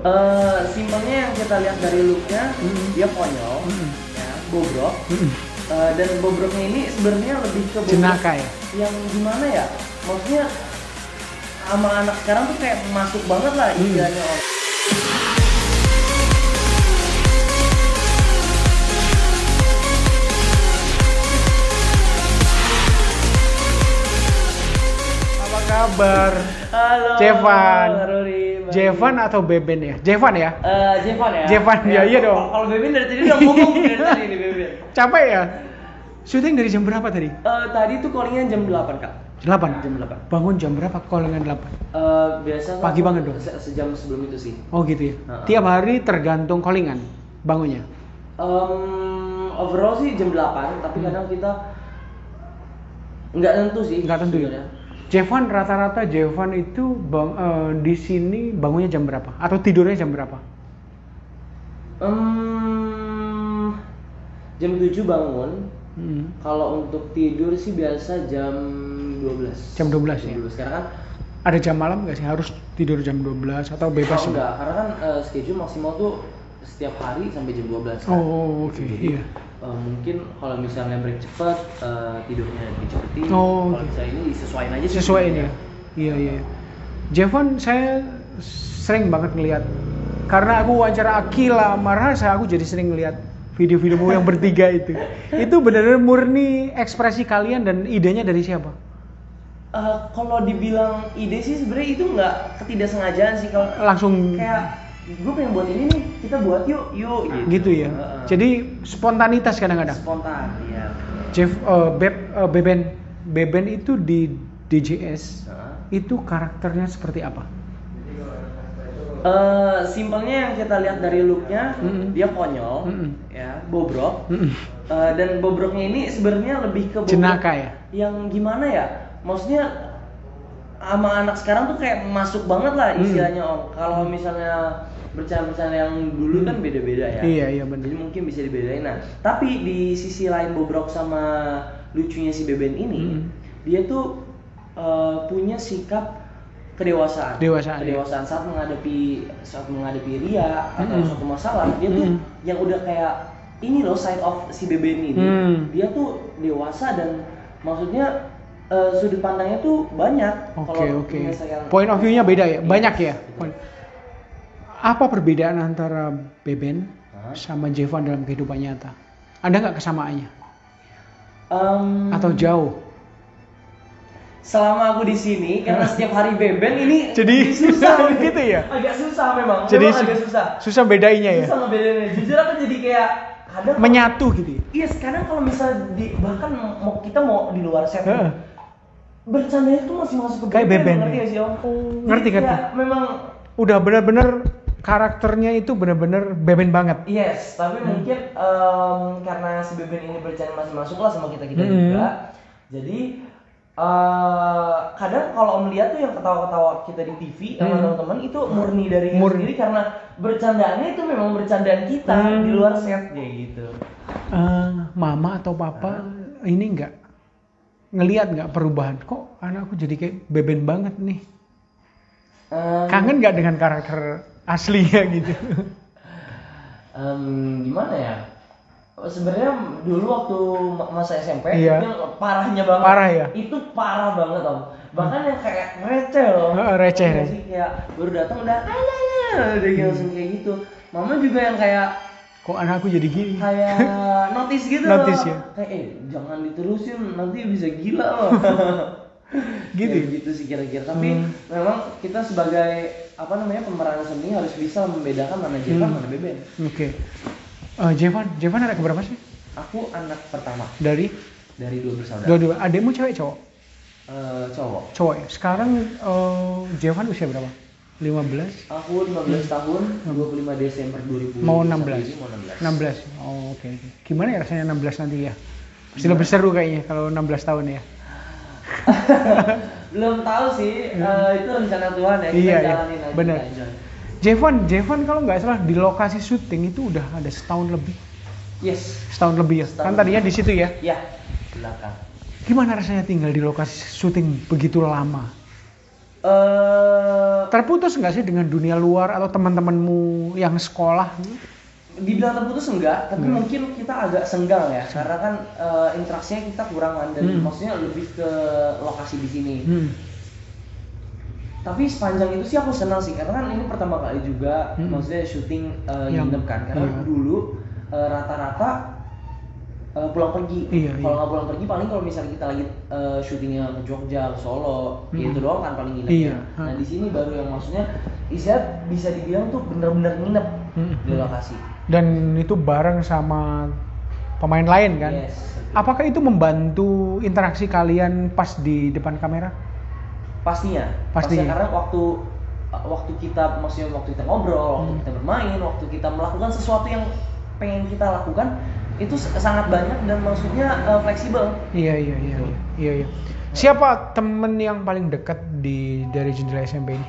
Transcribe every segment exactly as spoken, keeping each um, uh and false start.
Uh, simpelnya yang kita lihat dari looknya, mm-hmm. dia konyol, mm-hmm. ya, bobrok, mm-hmm. uh, dan bobroknya ini sebenarnya lebih ke bobrok jenaka ya? Yang gimana ya? Maksudnya sama anak sekarang tuh kayak masuk banget lah istilahnya. Mm. Apa kabar? Halo. Jevan. Ruri. Jevan atau Beben ya? Jevan ya? Uh, Jevan ya? Jevan, ya, iya dong. Kalau Beben dari tadi udah ngomong dari tadi ini Beben. Capek ya? Syuting dari jam berapa tadi? Uh, tadi tuh callingan jam delapan kak. delapan? Jam delapan. Bangun jam berapa callingan delapan? Uh, biasa pagi banget dong? Se sejam sebelum itu sih. Oh gitu ya? Uh-uh. Tiap hari tergantung callingan bangunnya? Um, overall sih jam delapan, tapi hmm. kadang kita nggak tentu sih. Nggak tentu ya? Jevan rata-rata Jevan itu bang, uh, di sini bangunnya jam berapa? Atau tidurnya jam berapa? Um, jam tujuh bangun. Hmm. Kalau untuk tidur sih biasa jam dua belas. Jam dua belas ya? dua belas. Karena kan ada jam malam nggak sih? Harus tidur jam dua belas atau bebas? Oh, enggak, karena kan uh, schedule maksimal tuh setiap hari sampai jam dua belas kan? Oh oke, okay. Iya. Uh, mungkin kalau misalnya break cepat, uh, tidurnya dicepetin. Oh, kalau misalnya ini disesuaikan aja sih. Sesuaiin ya? Iya iya. Jevan saya sering banget ngeliat, karena aku wawancara Akila Marhasa, aku jadi sering ngeliat video-videomu yang bertiga itu. Itu benar-benar murni ekspresi kalian dan idenya dari siapa? Uh, kalau dibilang ide sih sebenarnya itu nggak ketidaksengajaan sih, kalau langsung kayak gue pengen buat ini nih, kita buat yuk, yuk gitu. Gitu ya. Uh, uh. Jadi spontanitas kadang-kadang. Spontan, iya. Jeff, uh, Beb, uh, Beben, Beben itu di D J S uh. itu karakternya seperti apa? Uh, simpelnya yang kita lihat dari looknya, mm-hmm. dia konyol, mm-hmm. ya, bobrok, mm-hmm. uh, dan bobroknya ini sebenarnya lebih ke bobrok jenaka ya? Yang gimana ya? Maksudnya sama anak sekarang tuh kayak masuk banget lah istilahnya mm. om. Kalau misalnya bercanda-bercanda yang dulu kan beda-beda ya. Iya iya benar. Jadi mungkin bisa dibedain. Nah, tapi di sisi lain bobrok sama lucunya si Beben ini, mm. dia tuh uh, punya sikap kedewasaan. Kedewasaan. Kedewasaan saat menghadapi saat menghadapi ria atau mm. suatu masalah, dia tuh mm. yang udah kayak ini loh side of si Beben ini. Mm. Dia tuh dewasa dan maksudnya uh, sudut pandangnya tuh banyak. Oke okay, oke. Okay. Point of view-nya beda ya, banyak ya. Point. Apa perbedaan antara Beben huh? sama Jevan dalam kehidupan nyata? Ada nggak kesamaannya? Um, Atau jauh? Selama aku di sini, karena setiap hari Beben ini jadi susah gitu ya. Agak susah memang. Jadi memang agak susah. Susah bedainnya ya. Susah ngebedainnya. Jujur aku jadi kayak kadang menyatu gitu. Ya? Iya, sekarang kalau misalnya di, bahkan mau kita mau di luar set, huh? bercandanya tuh masih masuk ke kayak Beben. Ngerti gak sih om? Oh, ngerti kan? Ya, memang udah benar-benar karakternya itu benar-benar Beben banget. Yes, tapi hmm. mungkin um, karena si Beben ini bercanda masih masuk lah sama kita kita hmm. juga. Jadi uh, kadang kalau om lihat tuh yang ketawa-ketawa kita di T V hmm. sama teman-teman itu murni dari kita sendiri karena bercandaannya itu memang bercandaan kita hmm. di luar set kayak gitu. Uh, mama atau papa uh. ini enggak ngelihat nggak perubahan? Kok anakku jadi kayak Beben banget nih? Um, Kangen nggak dengan karakter aslinya gitu? um, gimana ya? Sebenarnya dulu waktu masa S M P iya. itu yang parahnya banget. Parah ya? Itu parah banget om. Bahkan hmm. yang kayak receh loh. Uh, receh receh. Kayak baru datang udah ayah, udah hmm. langsung kayak gitu. Mama juga yang kayak kok anakku jadi gini? Kayak notice gitu notice loh. Ya? Kayak eh jangan diterusin nanti bisa gila loh. gitu ya, gitu sih kira-kira. Tapi hmm. memang kita sebagai apa namanya pemeran seni harus bisa membedakan mana Jevan hmm. mana Beben. Oke. Okay. Uh, Jevan, Jevan anak keberapa sih? Aku anak pertama. Dari? Dari dua bersaudara. Dua-dua. Adekmu cewek cowok? Uh, cowok. Cowok ya. Sekarang uh, Jevan usia berapa? lima belas? Aku lima belas hmm. tahun, dua puluh lima Desember dua ribu. Mau enam belas. Mau enam belas. enam belas. Oh, oke okay, oke. Okay. Gimana ya rasanya enam belas nanti ya? Pasti lebih seru kayaknya kalau enam belas tahun ya. Belum tahu sih, uh, itu rencana Tuhan ya, kita iya, jalanin iya. aja. Bener. Jevan, Jevan kalau nggak salah di lokasi syuting itu udah ada setahun lebih. Yes. Setahun lebih ya. Setahun kan tadinya di situ ya? Iya. Belakang. Gimana rasanya tinggal di lokasi syuting begitu lama? Eh, Terputus nggak sih dengan dunia luar atau teman-temanmu yang sekolah? dibilang terputus enggak, tapi Hmm. mungkin kita agak senggang ya, karena kan eh, interaksinya kita kurangan dan Hmm. maksudnya lebih ke lokasi di sini. Hmm. Tapi sepanjang itu sih aku senang sih, karena kan ini pertama kali juga, Hmm. maksudnya syuting uh, Yang- nginep kan, karena iya. dulu uh, rata-rata uh, pulang pergi. Iya, Kalau iya. nggak pulang pergi, paling kalau misalnya kita lagi uh, syutingnya ke Jogja, ke Solo, Hmm. gitu doang kan paling Iya. nginepnya. Hmm. Nah di sini baru yang maksudnya, istilah bisa dibilang tuh bener-bener nginep Hmm. di lokasi. Dan itu bareng sama pemain lain kan? Yes. Apakah itu membantu interaksi kalian pas di depan kamera? Pastinya, Pastinya. karena waktu waktu kita maksudnya waktu kita ngobrol, waktu Hmm. kita bermain, waktu kita melakukan sesuatu yang pengen kita lakukan itu s- sangat banyak dan maksudnya uh, fleksibel. Iya iya iya iya iya. iya. Siapa temen yang paling dekat di dari jendela S M P ini?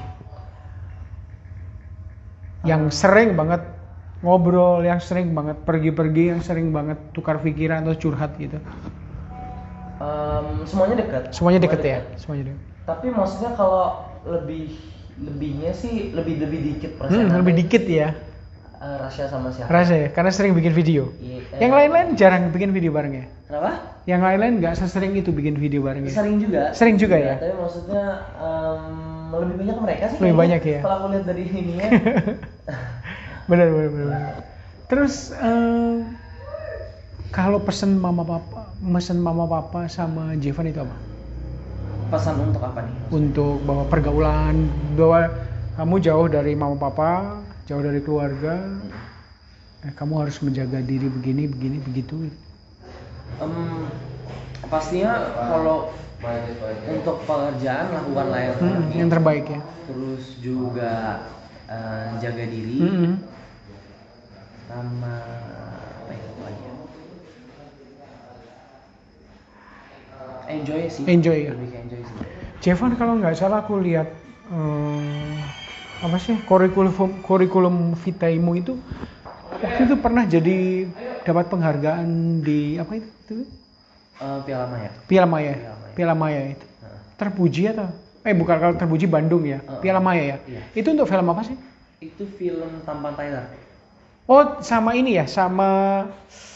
Yang Hmm. sering banget ngobrol, yang sering banget pergi-pergi, yang sering banget tukar pikiran atau curhat gitu. Um, semuanya dekat. Semuanya deket ya, semuanya deket. Tapi maksudnya kalau lebih lebihnya sih lebih lebih dikit Hmm, persennya. lebih dikit ya, Uh, Rasya sama siapa? rasa ya, karena sering bikin video. Iya, eh, Yang lain-lain jarang bikin video bareng ya. Kenapa? Yang lain-lain nggak sesering itu bikin video bareng ya. Sering juga. Sering juga ya? Tapi maksudnya um, lebih banyak ke mereka sih. Lebih kayaknya. banyak ya? Kalau aku lihat dari ininya. Benar benar benar. benar. Terus eh, kalau pesen mama papa, mesen mama papa sama Jevan itu apa? Pesan untuk apa nih? Untuk bahwa pergaulan, bahwa kamu jauh dari mama papa, jauh dari keluarga, eh, kamu harus menjaga diri begini begini begitu. Em, pastinya kalau untuk pekerjaan lakukanlah yang Hmm, terbaik. yang terbaik ya. Terus juga eh, jaga diri Hmm. sama apa ya apa lagi ya? Enjoy sih. Enjoy ya. Lebih ke enjoy sih. Jevan kalau nggak salah aku lihat eh, apa sih kurikulum kurikulum vitaimu itu waktu itu pernah jadi dapat penghargaan di apa itu? itu? Eh, Piala Maya. Piala Maya. Piala Maya. Piala Maya itu. Nah, Terpuji atau? Eh bukan, kalau terpuji Bandung ya. Uh-uh. Piala Maya ya. Iya. Itu untuk film apa sih? itu film Tampan Tyler. Oh sama ini ya, sama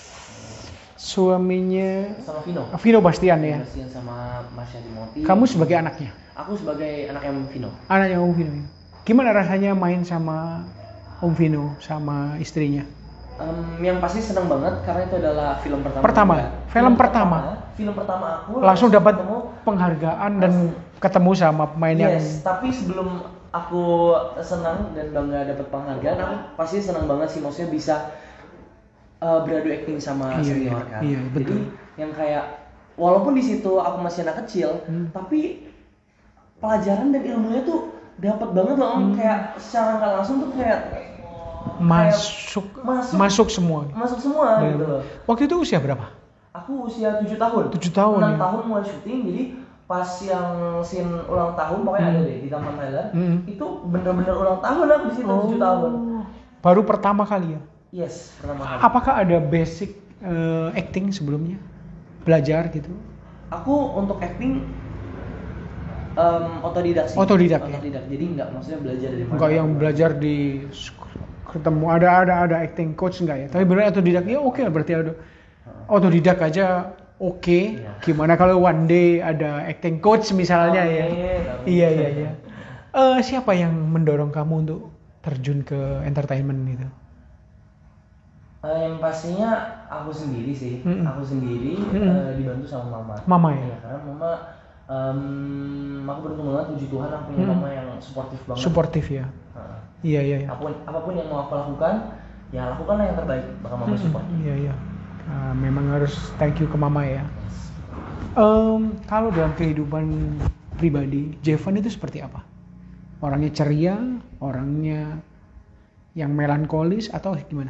suaminya Sama Vino. Vino Bastian ya. Bastian sama Marsha Timothy. Kamu sebagai anaknya, Aku sebagai anak yang Vino. anaknya Om Vino. Gimana rasanya main sama Om Vino sama istrinya? Em, yang pasti senang banget karena itu adalah film pertama. Pertama? juga. Film pertama? Film pertama aku Langsung dapat ketemu. penghargaan dan ketemu sama pemain yang Yes, tapi sebelum aku senang dan bangga dapat penghargaan, aku pasti senang banget sih, maksudnya bisa uh, beradu acting sama Iya, senior iya, kan. iya, betul. Jadi yang kayak walaupun di situ aku masih anak kecil, Hmm. tapi pelajaran dan ilmunya tuh dapat banget loh, Om. Hmm. Kayak secara nggak langsung tuh kayak masuk masuk. masuk semua. masuk semua gitu loh. Waktu itu usia berapa? Aku usia tujuh tahun. Tujuh tahun, enam ya? tahun mulai syuting, jadi pas yang scene ulang tahun pokoknya ada Hmm. deh di Taman Thailand. Hmm. Itu bener-bener ulang tahun aku di situ tujuh tahun. Baru pertama kali ya. Yes, pertama kali. Apakah ada basic eh, acting sebelumnya? Belajar gitu? Aku untuk acting em, otodidak sih. Otodidak, ya? Otodidak. Jadi nggak maksudnya belajar dari mana. Enggak yang belajar di sk- ketemu ada ada ada acting coach enggak ya? Tapi benar otodidak ya oke lah, berarti ada otodidak aja oke. Iya. Gimana kalau one day ada acting coach misalnya ya? Amin, amin. Iya iya iya. Eh, siapa yang mendorong kamu untuk terjun ke entertainment gitu? Eh, yang pastinya aku sendiri sih. Mm-mm. Aku sendiri Mm-mm. eh, dibantu sama mama. Mama ya? Iya, karena mama em, aku beruntung banget, puji Tuhan aku punya Mm. mama yang suportif banget. Suportif ya? Heeh. Iya iya iya. apapun apapun yang mau aku lakukan, ya lakukanlah yang terbaik, bakal mama Mm-mm. support. Iya iya. Ah, memang harus thank you ke mama ya. Em, kalau dalam kehidupan pribadi, Jevan itu seperti apa? Orangnya ceria, orangnya yang melankolis atau gimana?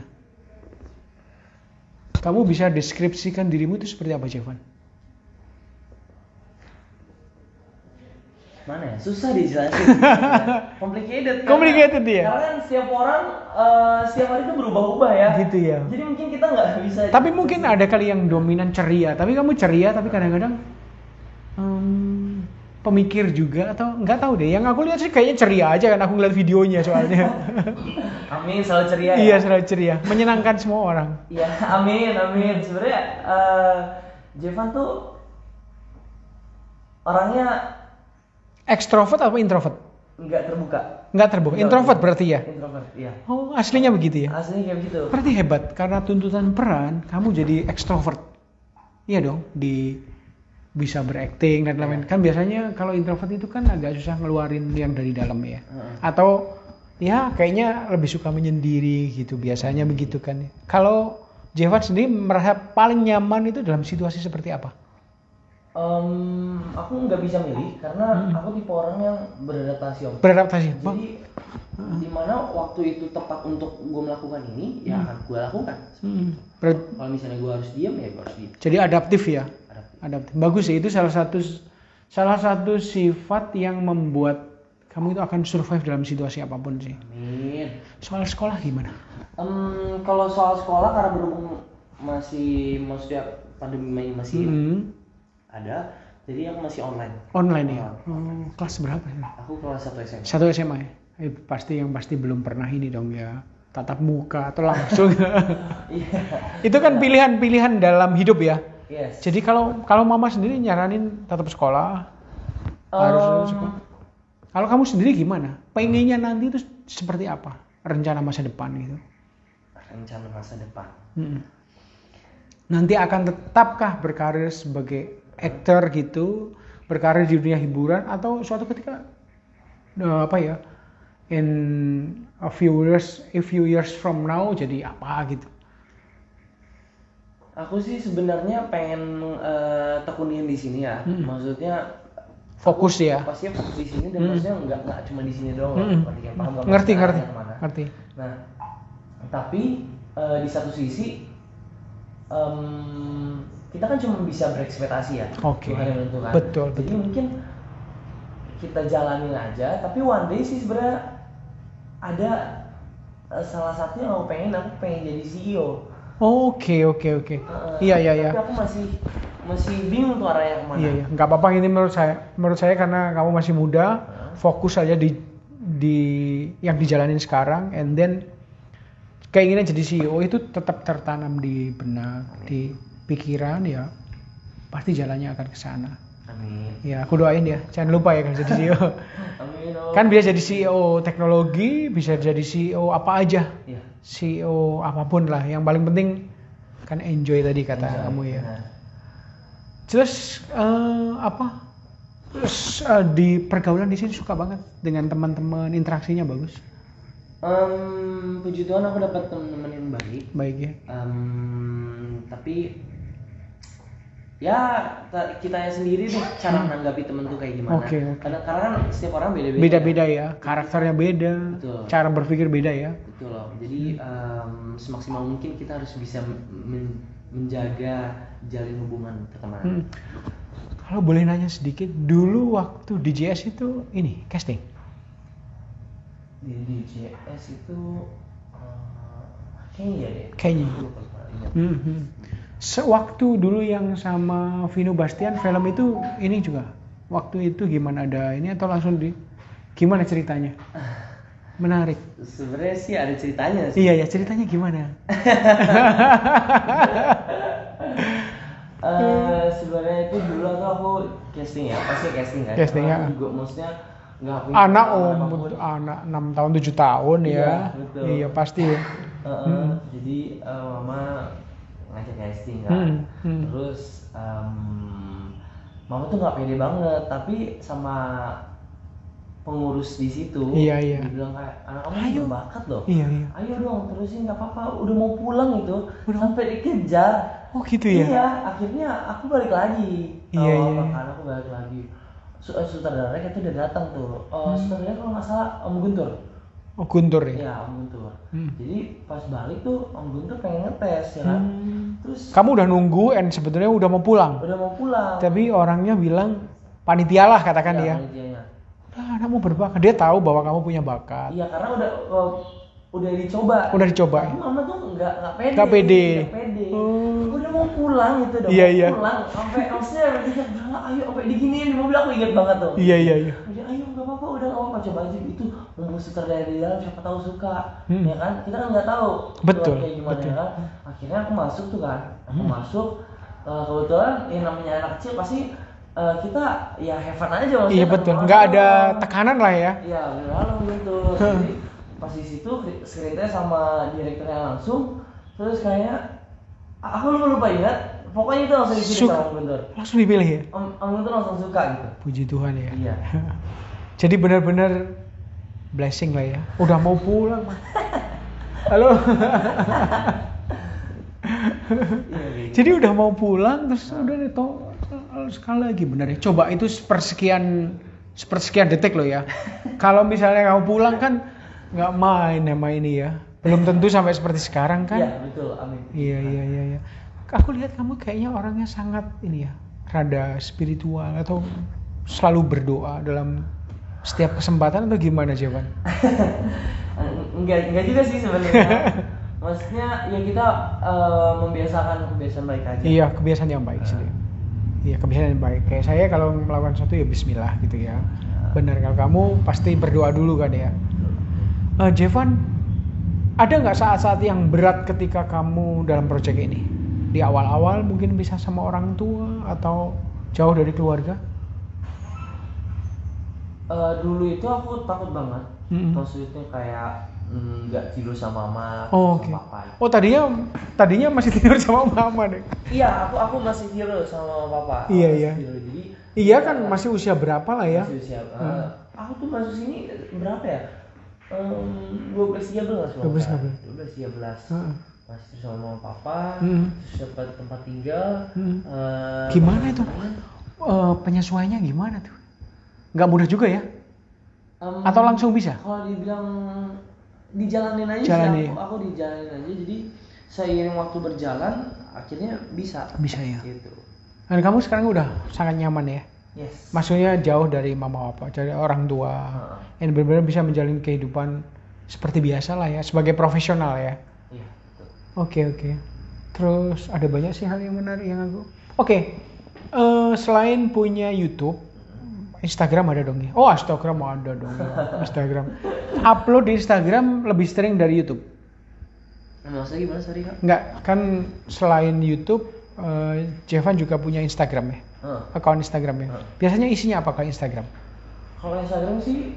Kamu bisa deskripsikan dirimu itu seperti apa, Jevan? Mana ya? Susah dijelasin. Complicated. karena- Complicated, ya? Karena kan setiap orang eh, setiap hari itu berubah-ubah ya. Gitu ya. Jadi mungkin kita nggak bisa. Tapi mungkin ada kali yang dominan ceria, tapi kamu ceria tapi kadang-kadang em, pemikir juga atau nggak tahu deh. Yang aku lihat sih kayaknya ceria aja kan, aku ngeliat videonya soalnya. Amin, selalu ceria ya. Iya, selalu ceria, menyenangkan semua orang. Iya, amin, amin. Sebenarnya uh, Jevan tuh orangnya Extrovert atau introvert? nggak terbuka. Nggak terbuka. Introvert berarti ya? Introvert, iya. Oh, aslinya begitu ya? Aslinya kayak begitu. Berarti hebat, karena tuntutan peran, kamu jadi extrovert. Iya dong, di bisa berakting dan lain-lain. Kan biasanya kalau introvert itu kan agak susah ngeluarin yang dari dalam ya. Uh-uh. Atau ya kayaknya lebih suka menyendiri gitu, biasanya begitu kan. Kalau Jevan sendiri merasa paling nyaman itu dalam situasi seperti apa? Um, aku nggak bisa milih karena hmm. aku tipe orang yang beradaptasi om. Beradaptasi. Jadi hmm. dimana waktu itu tepat untuk gue melakukan ini, hmm. ya akan gue lakukan. Hmm. Ber- Kalau misalnya gue harus diam ya gue harus diam. Jadi adaptif ya. Adaptif. Adaptif. Bagus sih, itu salah satu salah satu sifat yang membuat kamu itu akan survive dalam situasi apapun sih. Amin. Soal sekolah gimana? Um, kalau soal sekolah karena berhubung masih maksudnya pandemi masih hmm. ada, jadi aku masih online. Online ya. Oh, kelas berapa ya? Aku kelas satu S M A. Satu S M A ya. Eh, pasti yang pasti belum pernah ini dong ya. Tatap muka atau langsung. Iya. Itu kan pilihan-pilihan dalam hidup ya. Yes. Jadi kalau kalau mama sendiri nyaranin tetap sekolah, um, harus sekolah. Kalau kamu sendiri gimana? Pengennya nanti itu seperti apa? Rencana masa depan gitu. Rencana masa depan. Hmm. Nanti akan tetapkah berkarir sebagai aktor gitu, berkarir di dunia hiburan, atau suatu ketika uh, apa ya, in a few years, a few years from now jadi apa gitu? Aku sih sebenarnya pengen uh, tekunin di sini ya, hmm. maksudnya fokus ya. Pasti fokus di sini dan hmm. maksudnya nggak nggak cuma di sini doang, hmm. yang paham ngerti ngerti ngerti. Nah, tapi uh, di satu sisi um, kita kan cuma bisa berekspektasi ya. Oke. Okay. Menentukan. Betul, Jadi betul. Mungkin kita jalanin aja, tapi one day sih sebenarnya ada uh, salah satu yang aku pengen, aku pengen jadi C E O. Oke, oke, oke. Iya, iya, iya. Tapi aku masih masih bingung tuh arahnya kemana. Iya, iya. Nggak apa-apa, ini menurut saya. Menurut saya karena kamu masih muda, uh. fokus aja di di yang dijalanin sekarang, and then keinginan jadi C E O itu tetap tertanam di benak, di pikiran ya, pasti jalannya akan ke sana. Amin. Ya, aku doain ya, jangan lupa ya kalau jadi C E O. Amin. Oh. Kan bisa jadi C E O teknologi, bisa jadi C E O apa aja. Iya. C E O apapun lah, yang paling penting kan enjoy tadi kata enjoy, kamu ya. Nah. Terus uh, apa? Terus uh, di pergaulan di sini suka banget dengan teman-teman, interaksinya bagus. Um, puji Tuhan aku dapat teman-teman yang baik. Baik ya. Um, tapi ya kitanya sendiri tuh cara menanggapi temen tuh kayak gimana. Okay, okay. Karena karena kan setiap orang beda-beda. Beda-beda ya, karakternya beda. Betul. Cara berpikir beda ya. Betul loh. Jadi um, semaksimal mungkin kita harus bisa men- menjaga jalin hubungan pertemanan. Hmm. Kalau boleh nanya sedikit, dulu waktu di J S itu ini casting. Di D J S itu uh, kayaknya ya deh. Kayaknya. Mm-hmm. Sewaktu dulu yang sama Vino Bastian film itu ini juga waktu itu gimana, ada ini atau langsung di gimana ceritanya? Menarik. Sebenarnya sih ada ceritanya sih. Iya ya, ceritanya gimana? uh, sebenarnya itu dulu tuh aku casting ya, pasti casting kan. Casting ya. Juga maksudnya nggak punya anak om, anak enam tahun tujuh tahun ya. Iya, betul. Iya pasti. Ya. Uh, uh, hmm. Jadi uh, mama ngajak casting kan. Hmm. Hmm. Terus um, mama tuh nggak pede banget, tapi sama pengurus di situ, iya, iya. dia bilang kayak anak kamu berbakat loh, iya, iya. ayo dong terusin nggak apa-apa, udah mau pulang itu, udah. Sampai dikejar. Oh gitu ya? Iya, akhirnya aku balik lagi, iya, oh, iya. makanya aku balik lagi. Sutradaranya itu udah datang tuh, oh, hmm. sutradaranya kalau nggak salah Om Guntur. Oh Guntur ya? Iya Om Guntur. Hmm. Jadi pas balik tuh Om Guntur pengen ngetes ya kan. Hmm. Terus kamu udah nunggu, and sebetulnya udah mau pulang. Udah mau pulang. Tapi orangnya bilang panitia lah katakan ya, dia. Ah, kamu berbakat. Dia tahu bahwa kamu punya bakat. Iya, karena udah uh, udah dicoba. Udah dicoba. Tapi mama tuh nggak nggak pede. Nggak pede. Nggak pede. Oh. Aku udah mau pulang gitu, udah Iya, mau iya. pulang. Sampai maksudnya dia bilang ayo sampai diginiin di mobil, aku inget banget tuh. Iya iya iya. Dia ayo nggak apa-apa, udah nggak apa-apa, coba aja itu. Mau sutradara di dalam siapa tahu suka, Hmm. ya kan? Kita kan nggak tahu. Betul, Kayak gimana betul. ya kan? Akhirnya aku masuk tuh kan, aku Hmm. masuk. Uh, kebetulan yang namanya anak kecil pasti uh, kita ya have fun aja maksudnya. Iya betul. ketemu Nggak orang. ada tekanan lah ya. Iya, lalu gitu. Jadi pas di situ screen test sama direkturnya langsung, terus kayak aku lupa lupa ingat, pokoknya itu langsung dipilih Suka. sama Om Guntur. Langsung dipilih ya. Om Om Guntur langsung suka gitu. Puji Tuhan ya. Iya. Jadi benar-benar blessing lah ya. Udah mau pulang Mas. Halo. Iya, gitu. Jadi udah mau pulang terus udah nih toh sekali lagi benar ya. Coba itu sepersekian sepersekian detik loh ya. Kalau misalnya kamu pulang kan nggak main sama ini ya. Belum tentu sampai seperti sekarang kan. Iya, betul. Amin. Iya iya iya iya. Aku lihat kamu kayaknya orangnya sangat ini ya, rada spiritual atau selalu berdoa dalam setiap kesempatan atau gimana Jevan? enggak enggak juga sih sebenarnya. Maksudnya ya kita uh, membiasakan kebiasaan baik aja. Iya, kebiasaan yang baik sih. Iya, kebiasaan yang baik. Kayak saya kalau melakukan sesuatu ya bismillah gitu ya. Benar, kalau kamu pasti berdoa dulu kan ya. Uh, Jevan, ada nggak saat-saat yang berat ketika kamu dalam proyek ini? Di awal-awal mungkin bisa sama orang tua atau jauh dari keluarga? Uh, dulu itu aku takut banget. Mm-mm. Maksudnya kayak nggak tidur sama mama, Oh, sama oke. papa. Oh, tadinya tadinya masih tidur sama mama deh. Iya, aku aku masih tidur sama papa. Aku Iya, masih iya. tidur. Jadi Iya kan masih usia berapa lah ya? Masih usia. Uh, Hmm. Aku tuh masuk sini berapa ya? Um, dua belas tiga belas dua belas tiga belas. dua belas tiga belas. Heeh. Masih tidur sama mama papa, Hmm. terus dapat tempat tinggal. Hmm. uh, Gimana itu? teman-teman. Eh, penyesuaiannya gimana tuh? Nggak mudah juga ya? Um, Atau langsung bisa? Kalau dibilang dijalanin aja Jalani. sih, aku, aku dijalanin aja. Jadi seiring waktu berjalan, akhirnya bisa. Bisa ya. Gitu. Dan kamu sekarang udah sangat nyaman ya? Yes. Maksudnya jauh dari mama papa, dari orang tua, Heeh. yang benar-benar bisa menjalin kehidupan seperti biasa lah ya, sebagai profesional ya. Iya. Betul. Oke oke. Terus ada banyak sih hal yang menarik yang aku. Oke. Eh, selain punya YouTube, Instagram ada dong ya? Oh, Instagram ada dong ya. Instagram. Upload di Instagram lebih sering dari YouTube. Maksudnya gimana, sorry kak? Enggak, kan selain YouTube, eh, Jevan juga punya Instagram ya? Heeh. Account Instagram ya? Heeh. Biasanya isinya apa kalau Instagram? Kalau Instagram sih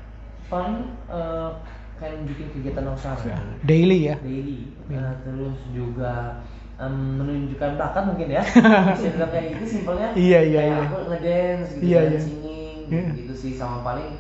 paling uh, kayak bikin kegiatan usaha Daily ya? daily, Iya. uh, terus juga um, menunjukkan bakat mungkin ya. Bisa bilang kayak gitu simpelnya. Iya, iya, Kayak iya. aku ngedance gitu, Iya, dan iya. singing Iya. gitu sih, sama paling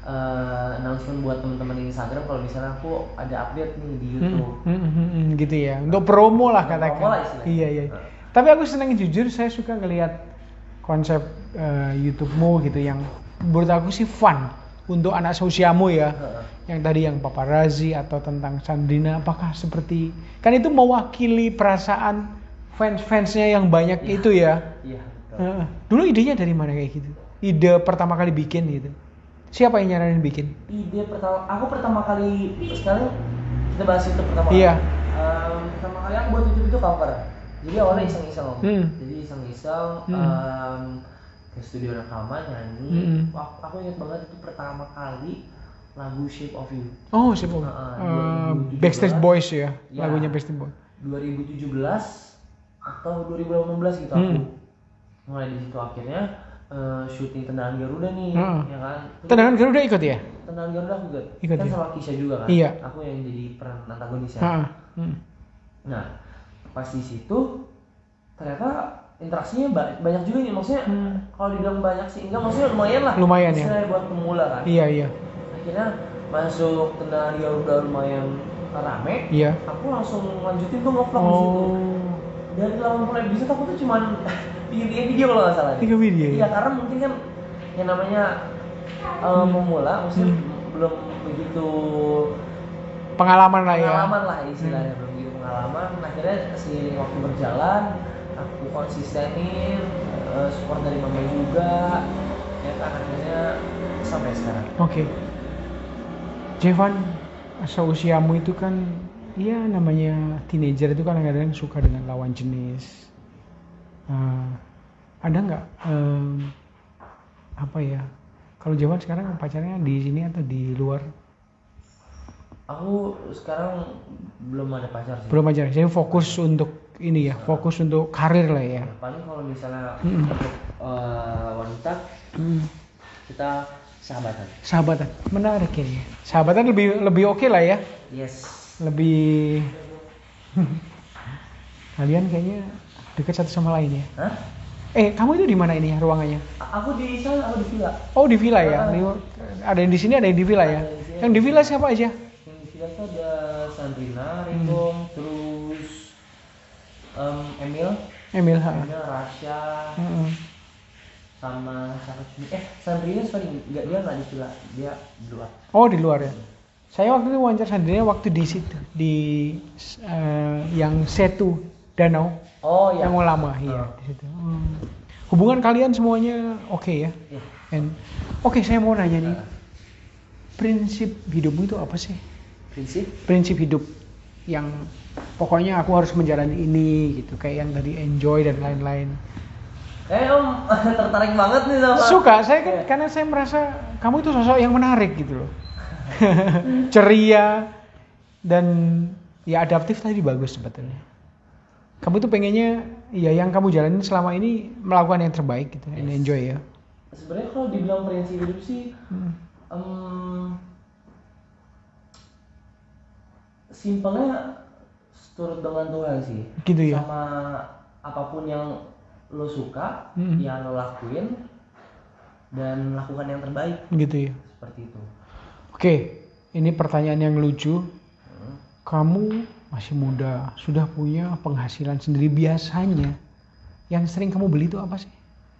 uh, announcement buat teman-teman di Instagram kalau misalnya aku ada update nih di YouTube. Hmm, hmm, hmm, hmm, gitu ya. Untuk promo lah Untuk katakan. promo lah istilahnya. Iya iya. Nah. Tapi aku senang jujur, saya suka ngelihat konsep eh, YouTube-mu gitu yang menurut aku sih fun untuk anak seusiamu ya. Heeh. Yang tadi yang paparazzi atau tentang Sandrina, apakah seperti kan itu mewakili perasaan fans-fansnya yang banyak Iya. itu ya. Iya. Betul. Heeh. Dulu idenya dari mana kayak gitu? Ide pertama kali bikin gitu. Siapa yang nyaranin bikin? Ide pertama, aku pertama kali sekarang kita bahas itu pertama Iya. kali. Um, pertama kali aku buat YouTube itu cover. Jadi awalnya iseng-iseng om. Hmm. Jadi iseng-iseng Hmm. um, ke studio rekaman nyanyi. Hmm. Wah, aku ingat banget itu pertama kali lagu Shape of You. Oh, siapa? Heeh, Eh, dua ribu tujuh belas. Backstreet Boys ya, Ya. lagunya Backstreet Boys. dua ribu tujuh belas atau dua ribu delapan belas gitu aku. Hmm. Mulai di situ akhirnya uh, syuting Tendangan Garuda nih, Hmm. ya kan. Terus- Tendangan Garuda ikut ya? Tendangan Garuda aku ikut. Ikut Kan ya? sama Kisha juga kan. Iya. Aku yang jadi peran antagonis ya. Heeh. Hmm. Nah, pas di situ ternyata interaksinya ba- banyak juga nih, maksudnya Hmm. kalau dibilang banyak sih enggak, maksudnya lumayan lah. Lumayan ya? Istilahnya buat pemula kan. Iya iya. Akhirnya masuk Tendangan Garuda lumayan rame. Iya. Aku langsung lanjutin tuh ngevlog di situ. Oh. Dari delapan puluh episode aku tuh cuman bikin tiga video kalau nggak salah. nih. Tiga video ya? Iya, karena mungkin kan yang namanya uh, pemula, maksudnya Hmm. belum begitu Pengalaman lah ya. pengalaman lah istilahnya, belum begitu pengalaman. Akhirnya seiring waktu berjalan, aku konsistenin, uh, support dari mama juga, ya kan, akhirnya sampai sekarang. Oke. Jevan, seusiamu itu kan, ya namanya teenager itu kan kadang-kadang suka dengan lawan jenis. Uh, ada nggak um, apa ya? Kalau Jawan sekarang pacarnya di sini atau di luar? Aku sekarang belum ada pacar sih. Belum pacar. Jadi fokus untuk ini ya, fokus untuk karir lah ya. Ya, paling kalau misalnya Mm-mm. untuk uh, wanita Mm. kita sahabatan. Sahabatan, menarik ini. Sahabatan lebih lebih oke lah ya. Yes. Lebih kalian kayaknya dekat satu sama lain ya. Hah? Eh, kamu itu di mana ini ruangannya? A- Aku di sana, aku di villa. Oh, di villa ya. Ah. Di- ada yang di sini, ada yang di villa ya. Ada di sini. Yang di villa siapa aja? Yang di villa itu ada Sandrina, Ringgong, terus um, Emil, Emil, ha. Emil, Rasya, Mm-mm. sama siapa sih? Eh, Sandrina sorry, nggak, dia nggak di villa, dia di luar. Oh, di luar ya. Saya waktu itu wawancara Sandrina waktu di situ, di eh, yang Setu Danau, Oh ya. yang lama, iya Oh. di situ. Hmm. Hubungan kalian semuanya oke ya? Iya. And oke, saya mau nanya nih, prinsip hidupmu itu apa sih? Prinsip? Prinsip hidup yang pokoknya aku harus menjalani ini gitu, kayak yang tadi enjoy dan lain-lain. Eh om tertarik banget nih sama. Suka, saya kan Iya. karena saya merasa kamu itu sosok yang menarik gitu loh. Ceria dan ya adaptif tadi bagus sebetulnya. Kamu tuh pengennya ya yang kamu jalanin selama ini melakukan yang terbaik gitu, and Yes. enjoy ya. Sebenarnya kalau dibilang prinsip hidup sih, Hmm. em, simpelnya turut dengan Tuhan sih. Gitu ya. Sama apapun yang lo suka, Mm-mm. ya lo lakuin dan lakukan yang terbaik. Gitu ya. Seperti itu. Oke, ini pertanyaan yang lucu. Hmm. Kamu masih muda, sudah punya penghasilan sendiri, biasanya yang sering kamu beli itu apa sih?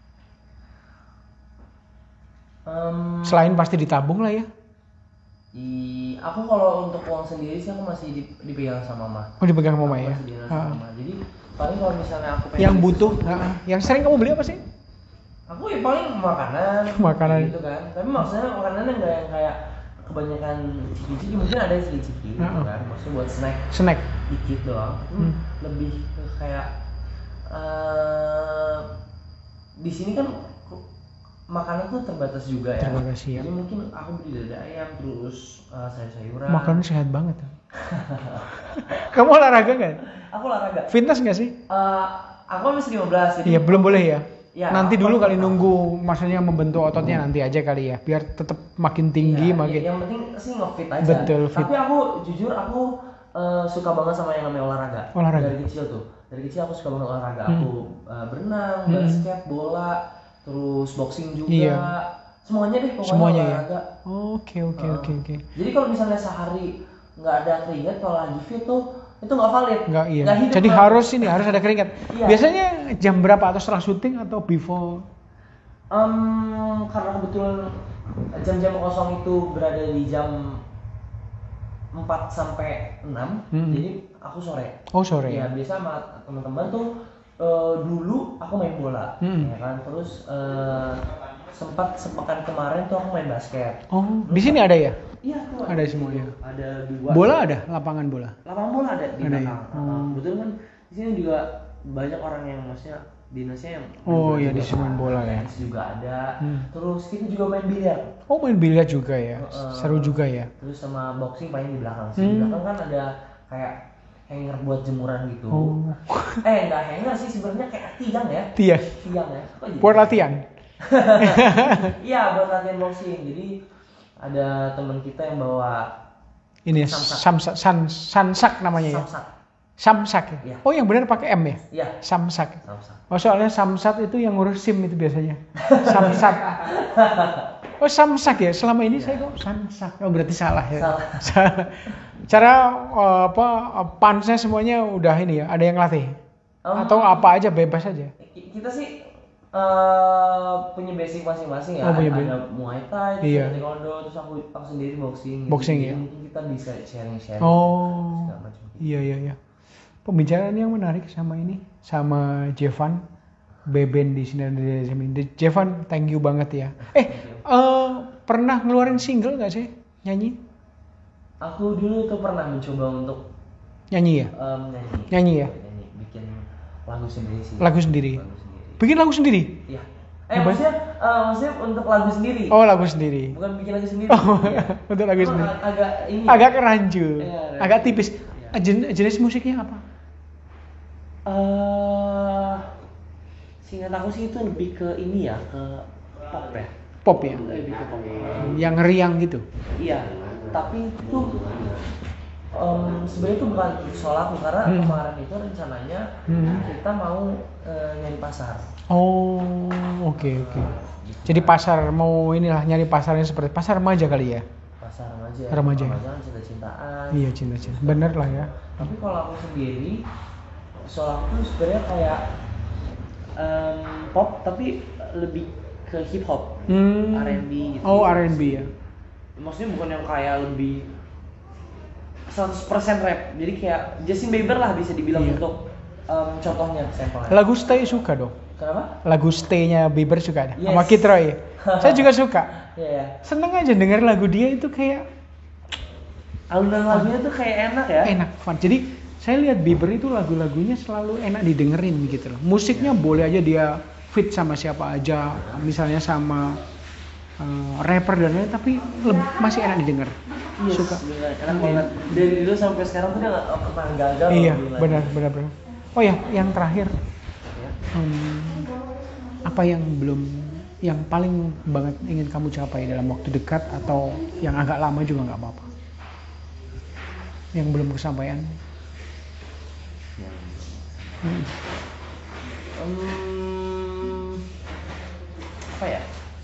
Em, Selain pasti ditabung lah ya. i- aku kalau untuk uang sendiri sih aku masih di- dipegang sama mama. Oh, dipegang mama Aku ya. masih dipegang Ah. sama mama. Jadi paling kalau misalnya aku pengen Yang beli butuh, sesuatu, ah, yang sering kamu beli apa sih? aku ya paling makanan, Makanan. gitu kan. Tapi maksudnya makanannya nggak yang kayak kebanyakan ciki-ciki, mungkin ada yang ciki-ciki gitu Heeh. kan. Maksudnya buat snack Snack. dikit doang. Hmm, Hmm. Lebih ke kayak eh di sini kan makanan tuh terbatas juga ya. Terbatas, iya. Jadi mungkin aku beli dada ayam terus eh, sayur-sayuran. Makanan sehat banget. Kamu olahraga nggak? Aku olahraga. Fitness nggak sih? Eh, aku masih lima belas jadi. Iya, belum boleh ya. Ya, Nanti aku dulu baru kali tahu. nunggu maksudnya membentuk ototnya nanti aja kali ya, biar tetap makin tinggi, Iya, makin. yang penting sih nge-fit aja. Betul, fit. Tapi aku jujur aku eh, suka banget sama yang namanya olahraga. Olahraga. Dari kecil tuh. Dari kecil aku suka banget olahraga. Hmm. Aku eh, berenang, Hmm. basket, bola, terus boxing juga. Iya. Semuanya deh pokoknya Semuanya ya. olahraga. Oke oke Heeh. oke oke. Jadi kalau misalnya sehari nggak ada keringat kalau lagi fit tuh itu nggak valid. Nggak iya. Nggak hidup, Jadi Bang. harus ini harus ada keringat. Iya. Biasanya jam berapa, atau setelah syuting atau before? Em, karena kebetulan jam-jam kosong itu berada di jam empat sampai enam, Hmm. jadi aku sore. Oh sore. Ya biasa sama teman-teman tuh eh, dulu aku main bola, Hmm. ya kan. Terus eh, sempat sepekan kemarin tuh aku main basket. Oh di sini ada ya? Iya tuh Ada di semuanya. situ. Ada dua. Bola ada, lapangan bola. Lapangan bola ada di Ada ya? belakang. Oh. Nah, kebetulan kan di sini juga banyak orang yang maksudnya dinasnya yang Oh, main iya, juga di sini main kan. bola ya. Tenis juga ada. Hmm. Terus kita juga main biliar. Oh main biliar juga ya, Heeh. seru juga ya. Terus sama boxing paling di belakang sih. Di Hmm. belakang kan ada kayak hanger buat jemuran gitu. Oh. Eh nggak hanger sih sebenarnya, kayak tiang ya. Tiang. Tiang ya. Kok jadi? Buat latihan. Iya buat latihan boxing. Jadi ada teman kita yang bawa Ini Samsak. samsak, san, sansak namanya ya. samsak. Samsak ya. Iya. Oh yang benar pakai M ya. Iya. Samsak. Samsak. Oh soalnya samsat itu yang ngurus SIM itu biasanya. Samsat. Oh samsak ya. Selama ini saya kok samsak. Oh berarti salah ya. Salah. Salah. Cara eh, apa eh, pansnya semuanya udah ini ya. Ada yang latih. Em, Atau apa aja bebas aja. ki- Kita sih eh, punya basic masing-masing ya. Oh, punya ada Muay Thai, terus Iya. ada Taekwondo, terus aku, aku sendiri boxing. gitu. Boxing, Jadi ya. Mungkin kita bisa sharing-sharing. Oh. segala macam. Iya iya iya. Pembicaraan yang menarik sama ini, sama Jevan, Beben di sini dari sini. Jevan, thank you banget ya. Eh, eh, pernah ngeluarin single nggak sih nyanyi? Aku dulu tuh pernah mencoba untuk Nyanyi ya? um, nyanyi. Nyanyi ya? Nyanyi, bikin lagu sendiri sih. Lagu sendiri. Lagu sendiri. Bikin lagu sendiri? Iya. Eh maksudnya, uh, maksudnya untuk lagu sendiri. Oh, lagu sendiri. Bukan bikin lagu sendiri. Oh, iya. untuk lagu Cuma sendiri. ag- Agak ini. Agak kerancu. Iya, agak tipis. Iya. Jen- jenis musiknya apa? Eh, seingat aku sih itu lebih ke ini ya, ke pop ya. Pop ya? Lebih ke pop. Yang riang gitu. Iya, tapi itu um, sebenarnya itu bukan soal aku karena Hmm. kemarin itu rencananya Hmm. kita mau uh, nyari pasar. Oh, oke oke. Jadi pasar mau inilah nyari pasarnya seperti pasar remaja kali ya? Pasar remaja. Remaja. Remaja kan cinta-cintaan. Iya cinta-cinta. Bener lah ya. Tapi kalau aku sendiri, soal aku tuh sebenarnya kayak um, pop tapi lebih ke hip hop, Hmm. R and B gitu. Oh, R and B ya. Maksudnya bukan yang kayak lebih seratus persen rap. Jadi kayak Justin Bieber lah bisa dibilang Iya. untuk um, contohnya sampelnya. Lagu Stay suka dong. Kenapa? Lagu Stay-nya Bieber suka ada. Yes. Sama Kid Roy. Saya juga suka. Iya ya. Seneng aja denger lagu dia itu kayak Alunan lagunya tuh kayak enak ya. enak, fun. Jadi saya lihat Bieber itu lagu-lagunya selalu enak didengerin gitu loh. Musiknya boleh aja dia fit sama siapa aja, misalnya sama uh, rapper dan lain, tapi leb- masih enak didengar. Yes, Suka. bener, enak banget. Dari dulu sampai sekarang tuh dia nggak pernah gagal. Iya, loh, gila. benar, benar, benar. Oh ya, yang terakhir, Ya. hmm, apa yang belum, yang paling banget ingin kamu capai dalam waktu dekat atau yang agak lama juga nggak apa-apa. Yang belum kesampaian. Hmm. Hmm, apa ya?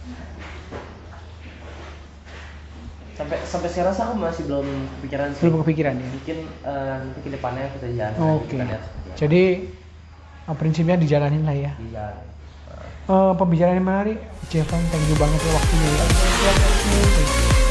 Sampai sampai sekarang sih aku masih belum kepikiran sih. Belum kepikiran ya. Mungkin eh, nanti ke depannya kita jalan. Oke. Kita lihat seperti apa. Jadi uh, prinsipnya dijalanin lah ya. Di jalan. Uh, pembicaraan yang menarik, Jevan, thank you banget ya waktunya ya.